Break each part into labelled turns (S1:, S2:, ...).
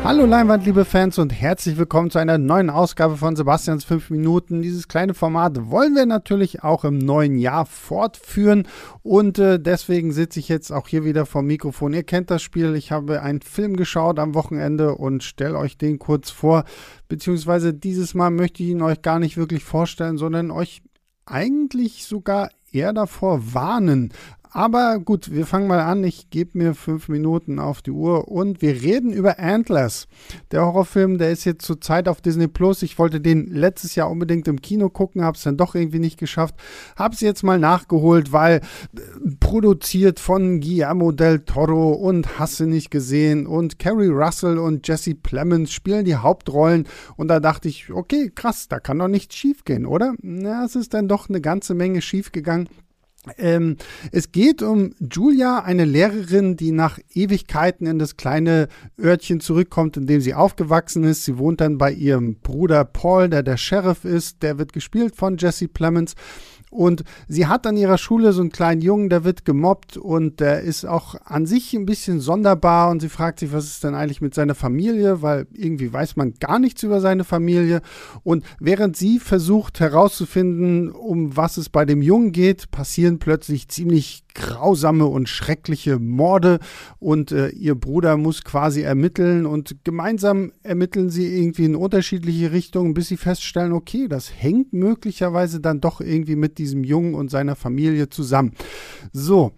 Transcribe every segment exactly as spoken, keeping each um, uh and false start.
S1: Hallo Leinwand, liebe Fans, und herzlich willkommen zu einer neuen Ausgabe von Sebastians fünf Minuten. Dieses kleine Format wollen wir natürlich auch im neuen Jahr fortführen und äh, deswegen sitze ich jetzt auch hier wieder vor dem Mikrofon. Ihr kennt das Spiel, ich habe einen Film geschaut am Wochenende und stelle euch den kurz vor, beziehungsweise dieses Mal möchte ich ihn euch gar nicht wirklich vorstellen, sondern euch eigentlich sogar eher davor warnen. Aber gut, wir fangen mal an. Ich gebe mir fünf Minuten auf die Uhr und wir reden über Antlers. Der Horrorfilm, der ist jetzt zurzeit auf Disney Plus. Ich wollte den letztes Jahr unbedingt im Kino gucken, habe es dann doch irgendwie nicht geschafft. Habe es jetzt mal nachgeholt, weil äh, produziert von Guillermo del Toro und hast du nicht gesehen. Und Kerry Russell und Jesse Plemons spielen die Hauptrollen. Und da dachte ich, okay, krass, da kann doch nichts schief gehen, oder? Na, es ist dann doch eine ganze Menge schief gegangen. Ähm, es geht um Julia, eine Lehrerin, die nach Ewigkeiten in das kleine Örtchen zurückkommt, in dem sie aufgewachsen ist. Sie wohnt dann bei ihrem Bruder Paul, der der Sheriff ist. Der wird gespielt von Jesse Plemons. Und sie hat an ihrer Schule so einen kleinen Jungen, der wird gemobbt und der ist auch an sich ein bisschen sonderbar und sie fragt sich, was ist denn eigentlich mit seiner Familie, weil irgendwie weiß man gar nichts über seine Familie. Und während sie versucht herauszufinden, um was es bei dem Jungen geht, passieren plötzlich ziemlich grausame und schreckliche Morde und äh, ihr Bruder muss quasi ermitteln und gemeinsam ermitteln sie irgendwie in unterschiedliche Richtungen, bis sie feststellen, okay, das hängt möglicherweise dann doch irgendwie mit diesem Jungen und seiner Familie zusammen. So,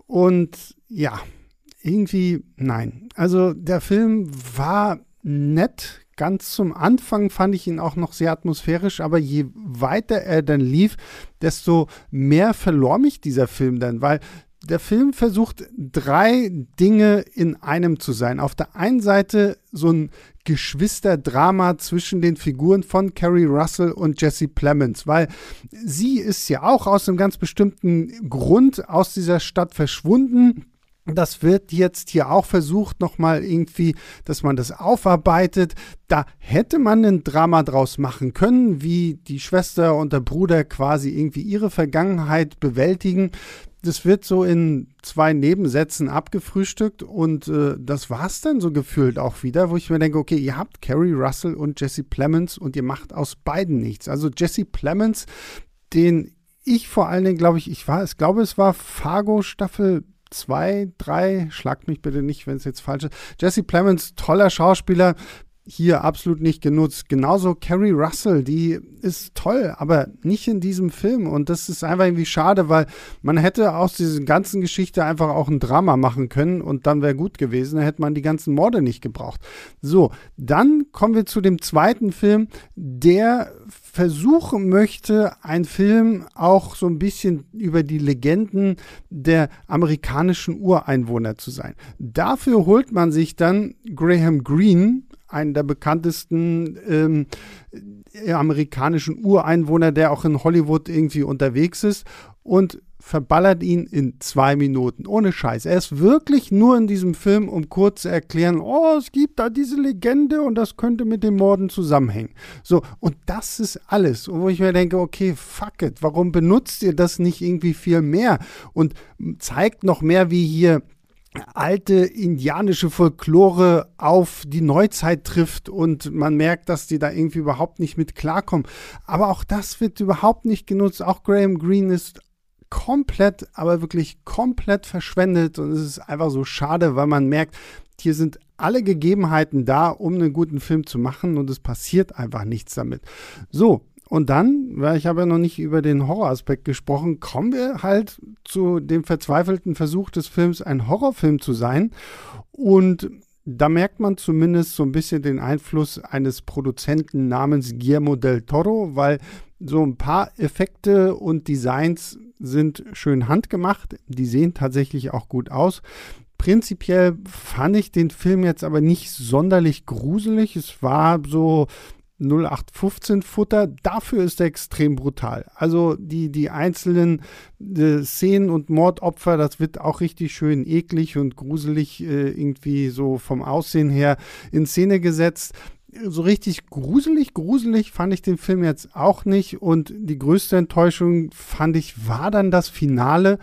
S1: und ja, irgendwie nein. Also der Film war nett. Ganz zum Anfang fand ich ihn auch noch sehr atmosphärisch, aber je weiter er dann lief, desto mehr verlor mich dieser Film dann, weil der Film versucht, drei Dinge in einem zu sein. Auf der einen Seite so ein Geschwisterdrama zwischen den Figuren von Kerry Russell und Jesse Plemons, weil sie ist ja auch aus einem ganz bestimmten Grund aus dieser Stadt verschwunden. Das wird jetzt hier auch versucht, nochmal irgendwie, dass man das aufarbeitet. Da hätte man ein Drama draus machen können, wie die Schwester und der Bruder quasi irgendwie ihre Vergangenheit bewältigen. Das wird so in zwei Nebensätzen abgefrühstückt und äh, das war's dann so gefühlt auch wieder, wo ich mir denke, okay, ihr habt Kerry Russell und Jesse Plemons und ihr macht aus beiden nichts. Also Jesse Plemons, den ich vor allen Dingen, glaube ich, ich war, ich glaube, es war Fargo Staffel zwei, drei, schlagt mich bitte nicht, wenn es jetzt falsch ist. Jesse Plemons, toller Schauspieler, hier absolut nicht genutzt. Genauso Kerry Russell, die ist toll, aber nicht in diesem Film. Und das ist einfach irgendwie schade, weil man hätte aus dieser ganzen Geschichte einfach auch ein Drama machen können und dann wäre gut gewesen. Da hätte man die ganzen Morde nicht gebraucht. So, dann kommen wir zu dem zweiten Film, der versuchen möchte, ein Film auch so ein bisschen über die Legenden der amerikanischen Ureinwohner zu sein. Dafür holt man sich dann Graham Greene, einen der bekanntesten ähm, amerikanischen Ureinwohner, der auch in Hollywood irgendwie unterwegs ist, und verballert ihn in zwei Minuten. Ohne Scheiß. Er ist wirklich nur in diesem Film, um kurz zu erklären, oh, es gibt da diese Legende und das könnte mit den Morden zusammenhängen. So, und das ist alles. Und wo ich mir denke, okay, fuck it, warum benutzt ihr das nicht irgendwie viel mehr? Und zeigt noch mehr, wie hier alte indianische Folklore auf die Neuzeit trifft und man merkt, dass die da irgendwie überhaupt nicht mit klarkommen. Aber auch das wird überhaupt nicht genutzt. Auch Graham Greene ist komplett, aber wirklich komplett verschwendet und es ist einfach so schade, weil man merkt, hier sind alle Gegebenheiten da, um einen guten Film zu machen und es passiert einfach nichts damit. So, und dann, weil ich habe ja noch nicht über den Horroraspekt gesprochen, kommen wir halt zu dem verzweifelten Versuch des Films, ein Horrorfilm zu sein. Und da merkt man zumindest so ein bisschen den Einfluss eines Produzenten namens Guillermo del Toro, weil so ein paar Effekte und Designs sind schön handgemacht. Die sehen tatsächlich auch gut aus. Prinzipiell fand ich den Film jetzt aber nicht sonderlich gruselig. Es war so null acht fünfzehn Futter, dafür ist er extrem brutal. Also die, die einzelnen äh, Szenen und Mordopfer, das wird auch richtig schön eklig und gruselig äh, irgendwie so vom Aussehen her in Szene gesetzt. So richtig gruselig, gruselig fand ich den Film jetzt auch nicht und die größte Enttäuschung fand ich, war dann das Finale.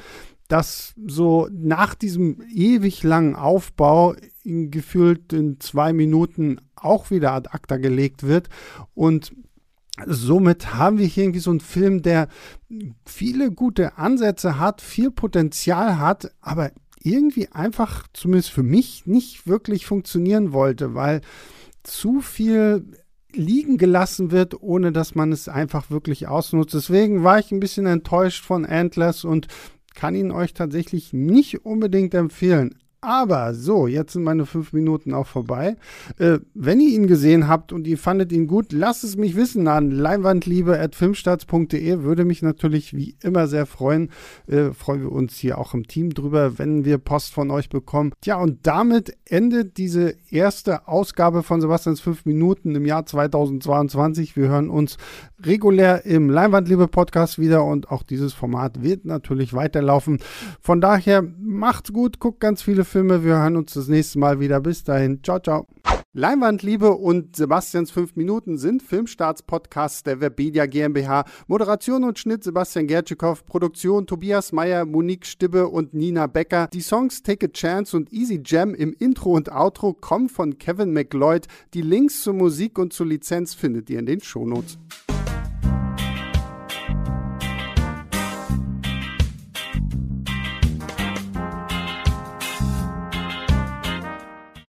S1: dass so nach diesem ewig langen Aufbau in gefühlt in zwei Minuten auch wieder ad acta gelegt wird. Und somit haben wir hier irgendwie so einen Film, der viele gute Ansätze hat, viel Potenzial hat, aber irgendwie einfach, zumindest für mich, nicht wirklich funktionieren wollte, weil zu viel liegen gelassen wird, ohne dass man es einfach wirklich ausnutzt. Deswegen war ich ein bisschen enttäuscht von Antlers und kann ihn euch tatsächlich nicht unbedingt empfehlen. Aber so, jetzt sind meine fünf Minuten auch vorbei. Äh, wenn ihr ihn gesehen habt und ihr fandet ihn gut, lasst es mich wissen an leinwandliebe at filmstarts punkt de. Würde mich natürlich wie immer sehr freuen. Äh, freuen wir uns hier auch im Team drüber, wenn wir Post von euch bekommen. Tja, und damit endet diese erste Ausgabe von Sebastians fünf Minuten im Jahr zweitausendzweiundzwanzig. Wir hören uns regulär im Leinwandliebe-Podcast wieder und auch dieses Format wird natürlich weiterlaufen. Von daher macht's gut, guckt ganz viele Filme. Wir hören uns das nächste Mal wieder. Bis dahin. Ciao, ciao. Leinwandliebe und Sebastians fünf Minuten sind Filmstarts-Podcasts der Webedia GmbH. Moderation und Schnitt Sebastian Gertschikow. Produktion Tobias Meyer, Monique Stibbe und Nina Becker. Die Songs Take a Chance und Easy Jam im Intro und Outro kommen von Kevin MacLeod. Die Links zur Musik und zur Lizenz findet ihr in den Shownotes.